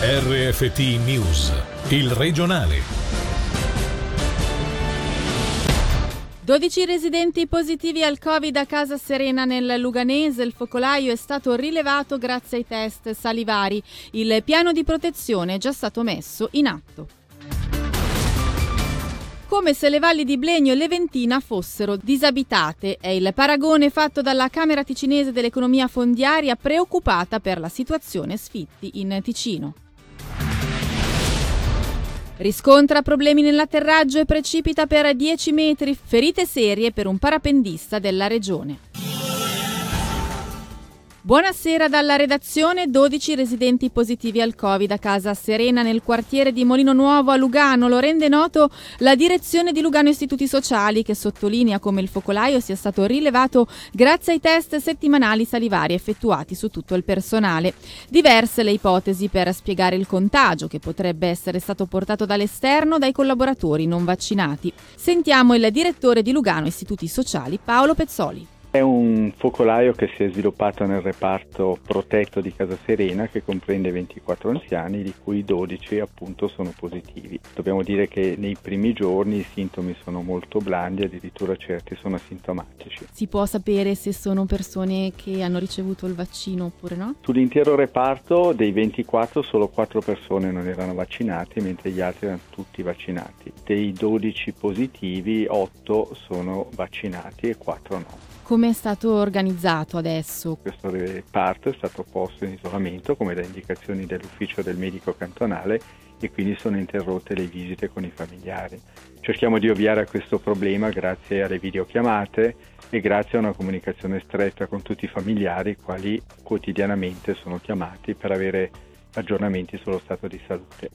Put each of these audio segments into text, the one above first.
RFT News, il regionale. 12 residenti positivi al Covid a Casa Serena nel Luganese. Il focolaio è stato rilevato grazie ai test salivari. Il piano di protezione è già stato messo in atto. Come se le valli di Blegno e Leventina fossero disabitate. È il paragone fatto dalla Camera Ticinese dell'Economia Fondiaria, preoccupata per la situazione sfitti in Ticino. Riscontra problemi nell'atterraggio e precipita per 10 metri, ferite serie per un parapendista della regione. Buonasera dalla redazione. 12 residenti positivi al Covid a Casa Serena nel quartiere di Molino Nuovo a Lugano. Lo rende noto la direzione di Lugano Istituti Sociali, che sottolinea come il focolaio sia stato rilevato grazie ai test settimanali salivari effettuati su tutto il personale. Diverse le ipotesi per spiegare il contagio, che potrebbe essere stato portato dall'esterno dai collaboratori non vaccinati. Sentiamo il direttore di Lugano Istituti Sociali, Paolo Pezzoli. È un focolaio che si è sviluppato nel reparto protetto di Casa Serena, che comprende 24 anziani, di cui 12 appunto sono positivi. Dobbiamo dire che nei primi giorni i sintomi sono molto blandi, addirittura certi sono asintomatici. Si può sapere se sono persone che hanno ricevuto il vaccino oppure no? Sull'intero reparto dei 24 solo 4 persone non erano vaccinate, mentre gli altri erano tutti vaccinati. Dei 12 positivi 8 sono vaccinati e 4 no. Come è stato organizzato adesso? Questo reparto è stato posto in isolamento come da indicazioni dell'ufficio del medico cantonale e quindi sono interrotte le visite con i familiari. Cerchiamo di ovviare a questo problema grazie alle videochiamate e grazie a una comunicazione stretta con tutti i familiari, quali quotidianamente sono chiamati per avere aggiornamenti sullo stato di salute.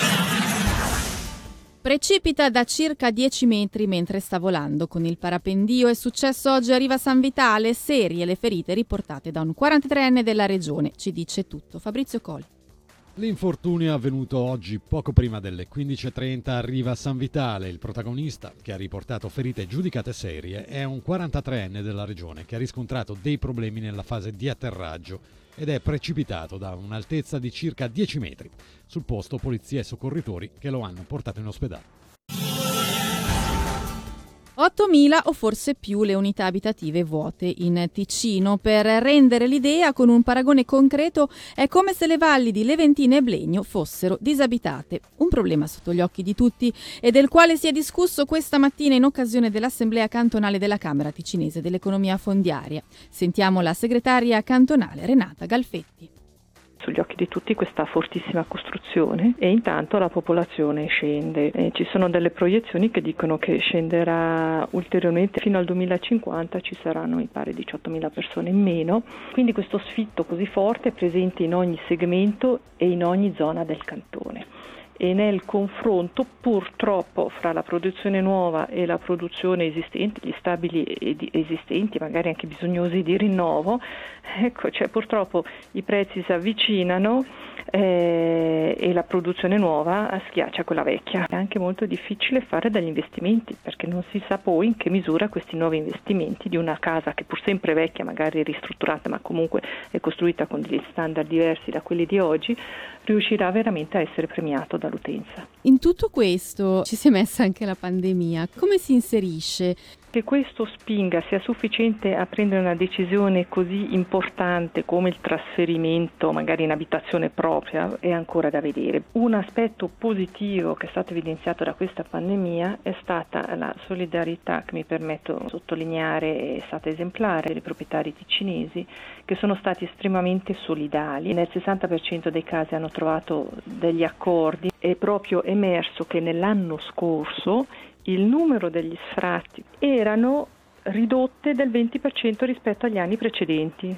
Precipita da circa 10 metri mentre sta volando con il parapendio. È successo oggi a Riva San Vitale, serie le ferite riportate da un 43enne della regione. Ci dice tutto Fabrizio Coli. L'infortunio è avvenuto oggi poco prima delle 15.30 a Riva San Vitale. Il protagonista, che ha riportato ferite giudicate serie, è un 43enne della regione che ha riscontrato dei problemi nella fase di atterraggio ed è precipitato da un'altezza di circa 10 metri. Sul posto polizia e soccorritori che lo hanno portato in ospedale. 8.000 o forse più le unità abitative vuote in Ticino. Per rendere l'idea con un paragone concreto, è come se le valli di Leventina e Blegno fossero disabitate. Un problema sotto gli occhi di tutti e del quale si è discusso questa mattina in occasione dell'Assemblea cantonale della Camera Ticinese dell'Economia Fondiaria. Sentiamo la segretaria cantonale Renata Galfetti. Sugli occhi di tutti questa fortissima costruzione e intanto la popolazione scende. Ci sono delle proiezioni che dicono che scenderà ulteriormente fino al 2050, ci saranno mi pare 18.000 persone in meno, quindi questo sfitto così forte è presente in ogni segmento e in ogni zona del cantone. E nel confronto purtroppo fra la produzione nuova e la produzione esistente, gli stabili esistenti, magari anche bisognosi di rinnovo, purtroppo i prezzi si avvicinano e la produzione nuova schiaccia quella vecchia. È anche molto difficile fare degli investimenti perché non si sa poi in che misura questi nuovi investimenti di una casa che pur sempre vecchia, magari ristrutturata, ma comunque è costruita con degli standard diversi da quelli di oggi, riuscirà veramente a essere premiato dall'utenza. In tutto questo ci si è messa anche la pandemia. Come si inserisce? Che questo spinga sia sufficiente a prendere una decisione così importante come il trasferimento magari in abitazione propria è ancora da vedere. Un aspetto positivo che è stato evidenziato da questa pandemia è stata la solidarietà, che mi permetto di sottolineare è stata esemplare, dei proprietari ticinesi che sono stati estremamente solidali. Nel 60% dei casi hanno trovato degli accordi. È proprio emerso che nell'anno scorso il numero degli sfratti erano ridotte del 20% rispetto agli anni precedenti.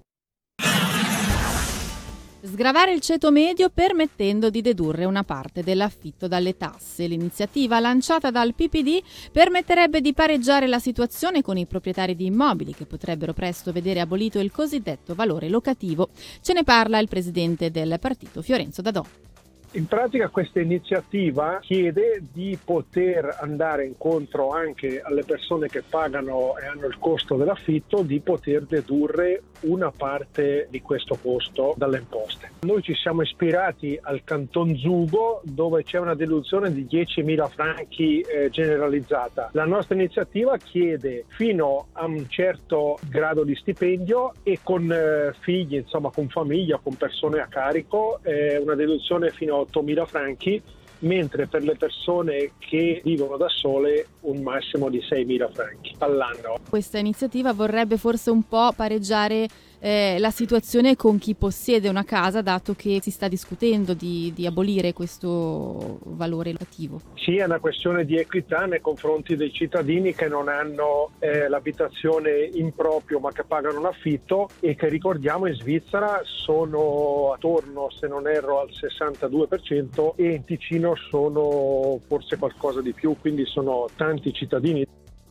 Sgravare il ceto medio permettendo di dedurre una parte dell'affitto dalle tasse. L'iniziativa lanciata dal PPD permetterebbe di pareggiare la situazione con i proprietari di immobili che potrebbero presto vedere abolito il cosiddetto valore locativo. Ce ne parla il presidente del partito Fiorenzo Dadò. In pratica questa iniziativa chiede di poter andare incontro anche alle persone che pagano e hanno il costo dell'affitto, di poter dedurre una parte di questo costo dalle imposte. Noi ci siamo ispirati al Canton Zugo, dove c'è una deduzione di 10.000 franchi generalizzata. La nostra iniziativa chiede fino a un certo grado di stipendio e con figli, insomma con famiglia, con persone a carico, una deduzione fino a 8.000 franchi, mentre per le persone che vivono da sole un massimo di 6.000 franchi all'anno. Questa iniziativa vorrebbe forse un po' pareggiare la situazione con chi possiede una casa, dato che si sta discutendo di abolire questo valore locativo. Sì, è una questione di equità nei confronti dei cittadini che non hanno l'abitazione in proprio ma che pagano l'affitto, e che, ricordiamo, in Svizzera sono attorno, se non erro, al 62% e in Ticino sono forse qualcosa di più, quindi sono tanti cittadini.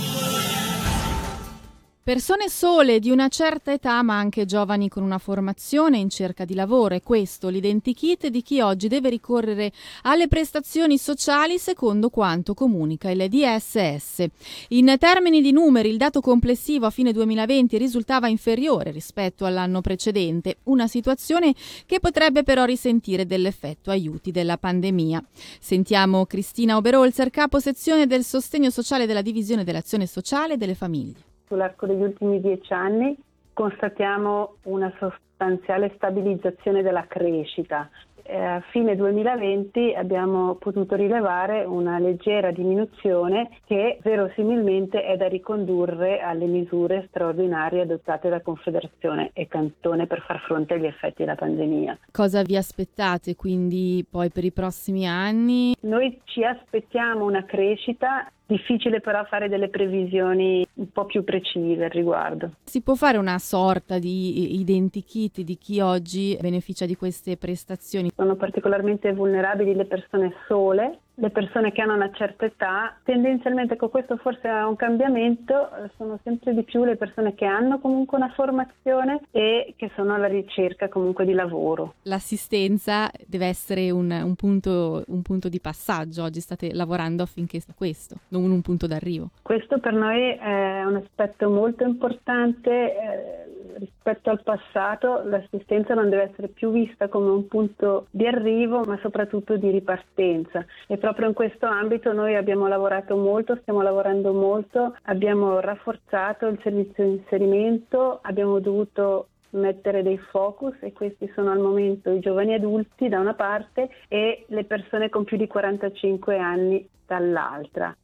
Persone sole di una certa età, ma anche giovani con una formazione in cerca di lavoro. È questo l'identikit di chi oggi deve ricorrere alle prestazioni sociali secondo quanto comunica il DSS. In termini di numeri, il dato complessivo a fine 2020 risultava inferiore rispetto all'anno precedente, una situazione che potrebbe però risentire dell'effetto aiuti della pandemia. Sentiamo Cristina Oberholzer, capo sezione del sostegno sociale della divisione dell'azione sociale e delle famiglie. Sull'arco degli ultimi 10 anni constatiamo una sostanziale stabilizzazione della crescita. A fine 2020 abbiamo potuto rilevare una leggera diminuzione che verosimilmente è da ricondurre alle misure straordinarie adottate da Confederazione e Cantone per far fronte agli effetti della pandemia. Cosa vi aspettate quindi poi per i prossimi anni? Noi ci aspettiamo una crescita. Difficile però fare delle previsioni un po' più precise al riguardo. Si può fare una sorta di identikit di chi oggi beneficia di queste prestazioni? Sono particolarmente vulnerabili le persone sole, le persone che hanno una certa età. Tendenzialmente, con questo forse è un cambiamento, sono sempre di più le persone che hanno comunque una formazione e che sono alla ricerca comunque di lavoro. L'assistenza deve essere un punto di passaggio. Oggi state lavorando affinché sia questo, non un punto d'arrivo. Questo per noi è un aspetto molto importante. Rispetto al passato, l'assistenza non deve essere più vista come un punto di arrivo, ma soprattutto di ripartenza. E proprio in questo ambito noi abbiamo lavorato molto, stiamo lavorando molto, abbiamo rafforzato il servizio di inserimento, abbiamo dovuto mettere dei focus, e questi sono al momento i giovani adulti da una parte e le persone con più di 45 anni dall'altra.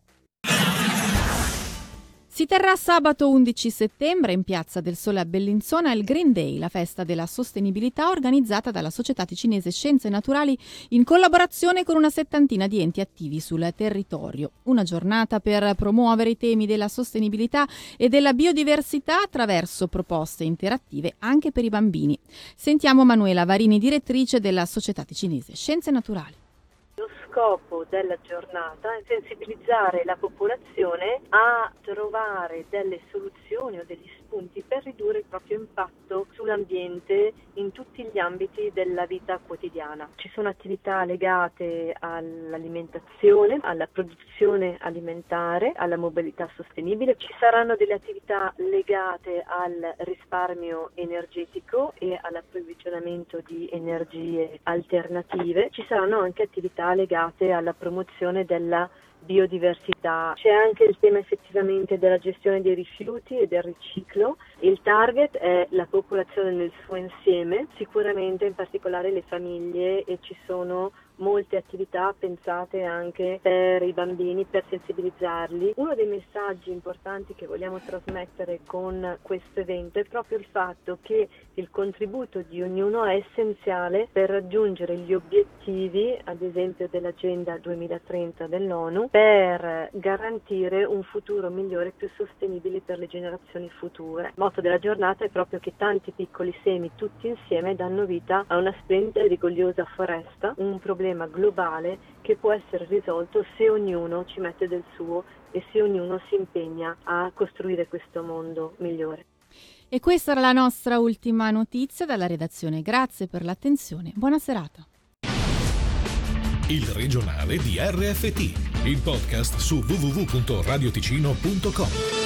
Si terrà sabato 11 settembre in Piazza del Sole a Bellinzona il Green Day, la festa della sostenibilità organizzata dalla Società Ticinese Scienze Naturali in collaborazione con una settantina di enti attivi sul territorio. Una giornata per promuovere i temi della sostenibilità e della biodiversità attraverso proposte interattive anche per i bambini. Sentiamo Manuela Varini, direttrice della Società Ticinese Scienze Naturali. Lo scopo della giornata è sensibilizzare la popolazione a trovare delle soluzioni o degli spunti per ridurre il proprio impatto sull'ambiente in tutti gli ambiti della vita quotidiana. Ci sono attività legate all'alimentazione, alla produzione alimentare, alla mobilità sostenibile. Ci saranno delle attività legate al risparmio energetico e all'approvvigionamento di energie alternative. Ci saranno anche attività legate alla promozione della biodiversità. C'è anche il tema effettivamente della gestione dei rifiuti e del riciclo. Il target è la popolazione nel suo insieme, sicuramente in particolare le famiglie, e ci sono molte attività pensate anche per i bambini, per sensibilizzarli. Uno dei messaggi importanti che vogliamo trasmettere con questo evento è proprio il fatto che il contributo di ognuno è essenziale per raggiungere gli obiettivi, ad esempio dell'Agenda 2030 dell'ONU, per garantire un futuro migliore e più sostenibile per le generazioni future. Il motto della giornata è proprio che tanti piccoli semi tutti insieme danno vita a una splendida e rigogliosa foresta, un problema globale che può essere risolto se ognuno ci mette del suo e se ognuno si impegna a costruire questo mondo migliore. E questa era la nostra ultima notizia dalla redazione. Grazie per l'attenzione. Buona serata. il regionale di RFT, il podcast su www.radioticino.com.